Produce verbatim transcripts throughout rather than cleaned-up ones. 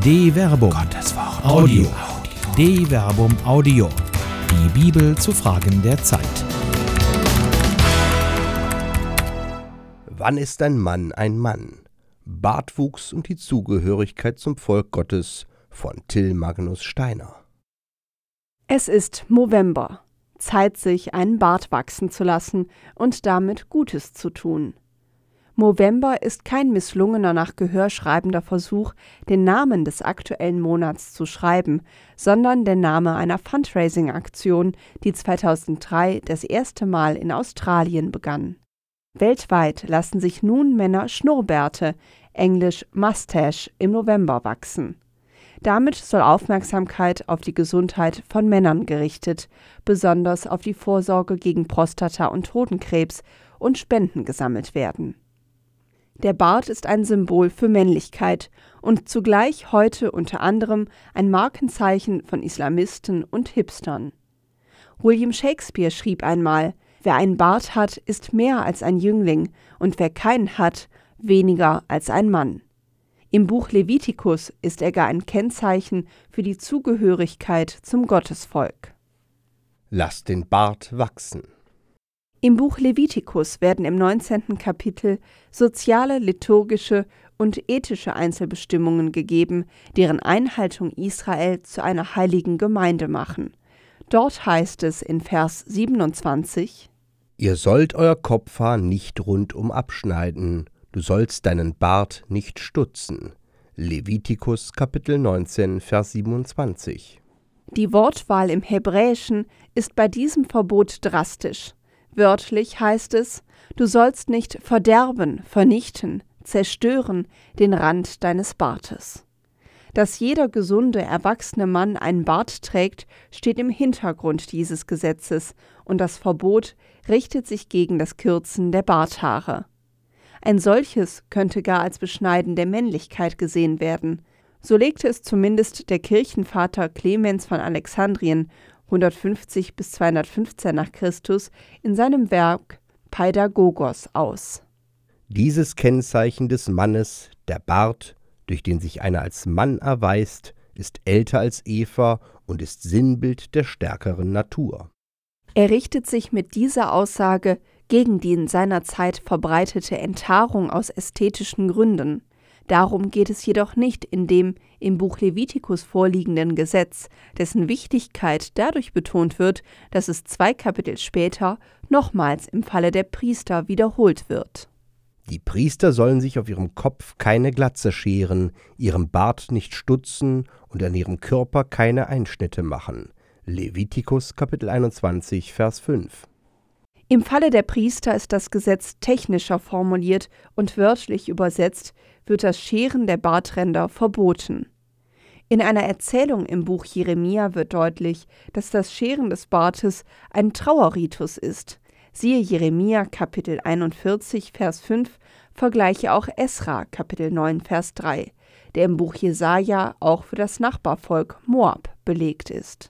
De Verbum. Gottes Wort. Audio. De Verbum Audio. Die Bibel zu Fragen der Zeit. Wann ist ein Mann ein Mann? Bartwuchs und die Zugehörigkeit zum Volk Gottes von Till Magnus Steiner. Es ist Movember. Zeit, sich einen Bart wachsen zu lassen und damit Gutes zu tun. Movember ist kein misslungener, nach Gehör schreibender Versuch, den Namen des aktuellen Monats zu schreiben, sondern der Name einer Fundraising-Aktion, die zweitausenddrei das erste Mal in Australien begann. Weltweit lassen sich nun Männer Schnurrbärte, englisch Mustache, im November wachsen. Damit soll Aufmerksamkeit auf die Gesundheit von Männern gerichtet, besonders auf die Vorsorge gegen Prostata- und Hodenkrebs und Spenden gesammelt werden. Der Bart ist ein Symbol für Männlichkeit und zugleich heute unter anderem ein Markenzeichen von Islamisten und Hipstern. William Shakespeare schrieb einmal: Wer einen Bart hat, ist mehr als ein Jüngling, und wer keinen hat, weniger als ein Mann. Im Buch Levitikus ist er gar ein Kennzeichen für die Zugehörigkeit zum Gottesvolk. Lasst den Bart wachsen. Im Buch Levitikus werden im neunzehnten Kapitel soziale, liturgische und ethische Einzelbestimmungen gegeben, deren Einhaltung Israel zu einer heiligen Gemeinde machen. Dort heißt es in Vers siebenundzwanzig: Ihr sollt euer Kopfhaar nicht rundum abschneiden, du sollst deinen Bart nicht stutzen. Levitikus Kapitel neunzehn, Vers siebenundzwanzig. Die Wortwahl im Hebräischen ist bei diesem Verbot drastisch. Wörtlich heißt es: Du sollst nicht verderben, vernichten, zerstören den Rand deines Bartes. Dass jeder gesunde, erwachsene Mann einen Bart trägt, steht im Hintergrund dieses Gesetzes, und das Verbot richtet sich gegen das Kürzen der Barthaare. Ein solches könnte gar als Beschneiden der Männlichkeit gesehen werden. So legte es zumindest der Kirchenvater Clemens von Alexandrien hundertfünfzig bis zweihundertfünfzehn nach Christus in seinem Werk Pädagogos aus. Dieses Kennzeichen des Mannes, der Bart, durch den sich einer als Mann erweist, ist älter als Eva und ist Sinnbild der stärkeren Natur. Er richtet sich mit dieser Aussage gegen die in seiner Zeit verbreitete Enthaarung aus ästhetischen Gründen. Darum geht es jedoch nicht in dem im Buch Levitikus vorliegenden Gesetz, dessen Wichtigkeit dadurch betont wird, dass es zwei Kapitel später nochmals im Falle der Priester wiederholt wird. Die Priester sollen sich auf ihrem Kopf keine Glatze scheren, ihrem Bart nicht stutzen und an ihrem Körper keine Einschnitte machen. Levitikus Kapitel einundzwanzig, Vers fünf. Im Falle der Priester ist das Gesetz technischer formuliert und wörtlich übersetzt wird das Scheren der Bartränder verboten. In einer Erzählung im Buch Jeremia wird deutlich, dass das Scheren des Bartes ein Trauerritus ist. Siehe Jeremia Kapitel einundvierzig, Vers fünf, vergleiche auch Esra Kapitel neun, Vers drei, der im Buch Jesaja auch für das Nachbarvolk Moab belegt ist.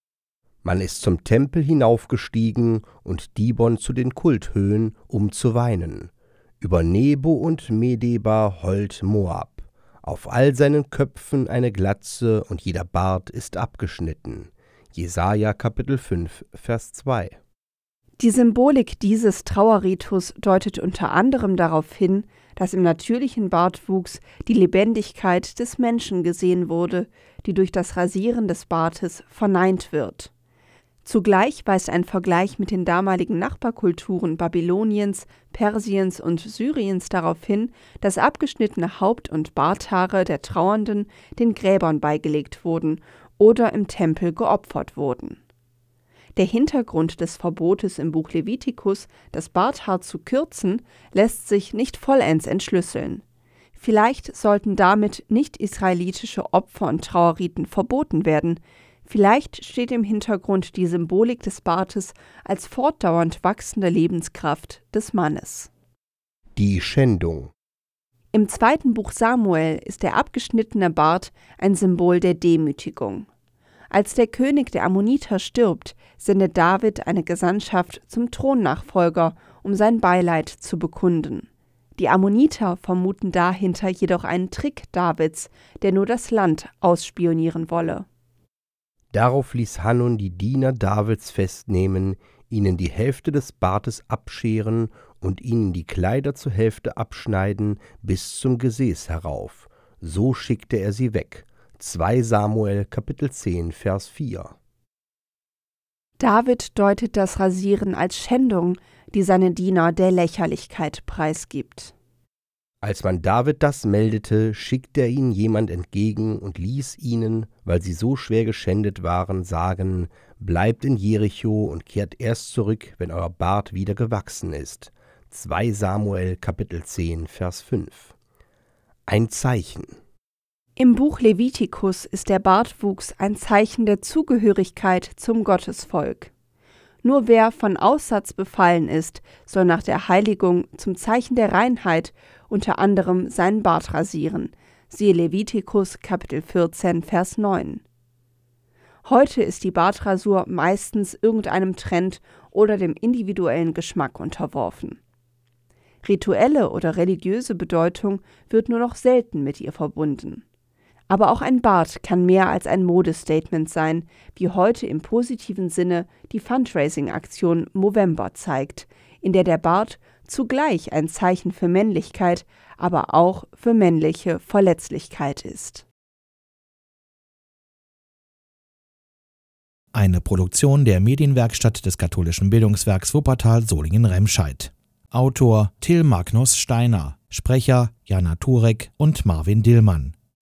Man ist zum Tempel hinaufgestiegen und Dibon zu den Kulthöhen, um zu weinen. Über Nebo und Medeba heult Moab. Auf all seinen Köpfen eine Glatze und jeder Bart ist abgeschnitten. Jesaja Kapitel fünf, Vers zwei. Die Symbolik dieses Trauerritus deutet unter anderem darauf hin, dass im natürlichen Bartwuchs die Lebendigkeit des Menschen gesehen wurde, die durch das Rasieren des Bartes verneint wird. Zugleich weist ein Vergleich mit den damaligen Nachbarkulturen Babyloniens, Persiens und Syriens darauf hin, dass abgeschnittene Haupt- und Barthaare der Trauernden den Gräbern beigelegt wurden oder im Tempel geopfert wurden. Der Hintergrund des Verbotes im Buch Levitikus, das Barthaar zu kürzen, lässt sich nicht vollends entschlüsseln. Vielleicht sollten damit nicht-israelitische Opfer- und Trauerriten verboten werden. Vielleicht steht im Hintergrund die Symbolik des Bartes als fortdauernd wachsende Lebenskraft des Mannes. Die Schändung. Im zweiten Buch Samuel ist der abgeschnittene Bart ein Symbol der Demütigung. Als der König der Ammoniter stirbt, sendet David eine Gesandtschaft zum Thronnachfolger, um sein Beileid zu bekunden. Die Ammoniter vermuten dahinter jedoch einen Trick Davids, der nur das Land ausspionieren wolle. Darauf ließ Hanun die Diener Davids festnehmen, ihnen die Hälfte des Bartes abscheren und ihnen die Kleider zur Hälfte abschneiden bis zum Gesäß herauf. So schickte er sie weg. zwei Samuel Kapitel zehn, Vers vier. David deutet das Rasieren als Schändung, die seine Diener der Lächerlichkeit preisgibt. Als man David das meldete, schickte er ihnen jemand entgegen und ließ ihnen, weil sie so schwer geschändet waren, sagen: Bleibt in Jericho und kehrt erst zurück, wenn euer Bart wieder gewachsen ist. zwei Samuel Kapitel zehn, Vers fünf. Ein Zeichen. Im Buch Levitikus ist der Bartwuchs ein Zeichen der Zugehörigkeit zum Gottesvolk. Nur wer von Aussatz befallen ist, soll nach der Heiligung zum Zeichen der Reinheit unter anderem seinen Bart rasieren. Siehe Levitikus Kapitel vierzehn, Vers neun. Heute ist die Bartrasur meistens irgendeinem Trend oder dem individuellen Geschmack unterworfen. Rituelle oder religiöse Bedeutung wird nur noch selten mit ihr verbunden. Aber auch ein Bart kann mehr als ein Modestatement sein, wie heute im positiven Sinne die Fundraising-Aktion Movember zeigt, in der der Bart zugleich ein Zeichen für Männlichkeit, aber auch für männliche Verletzlichkeit ist. Eine Produktion der Medienwerkstatt des katholischen Bildungswerks Wuppertal Solingen-Remscheid. Autor Till Magnus Steiner, Sprecher Jana Turek und Marvin Dillmann.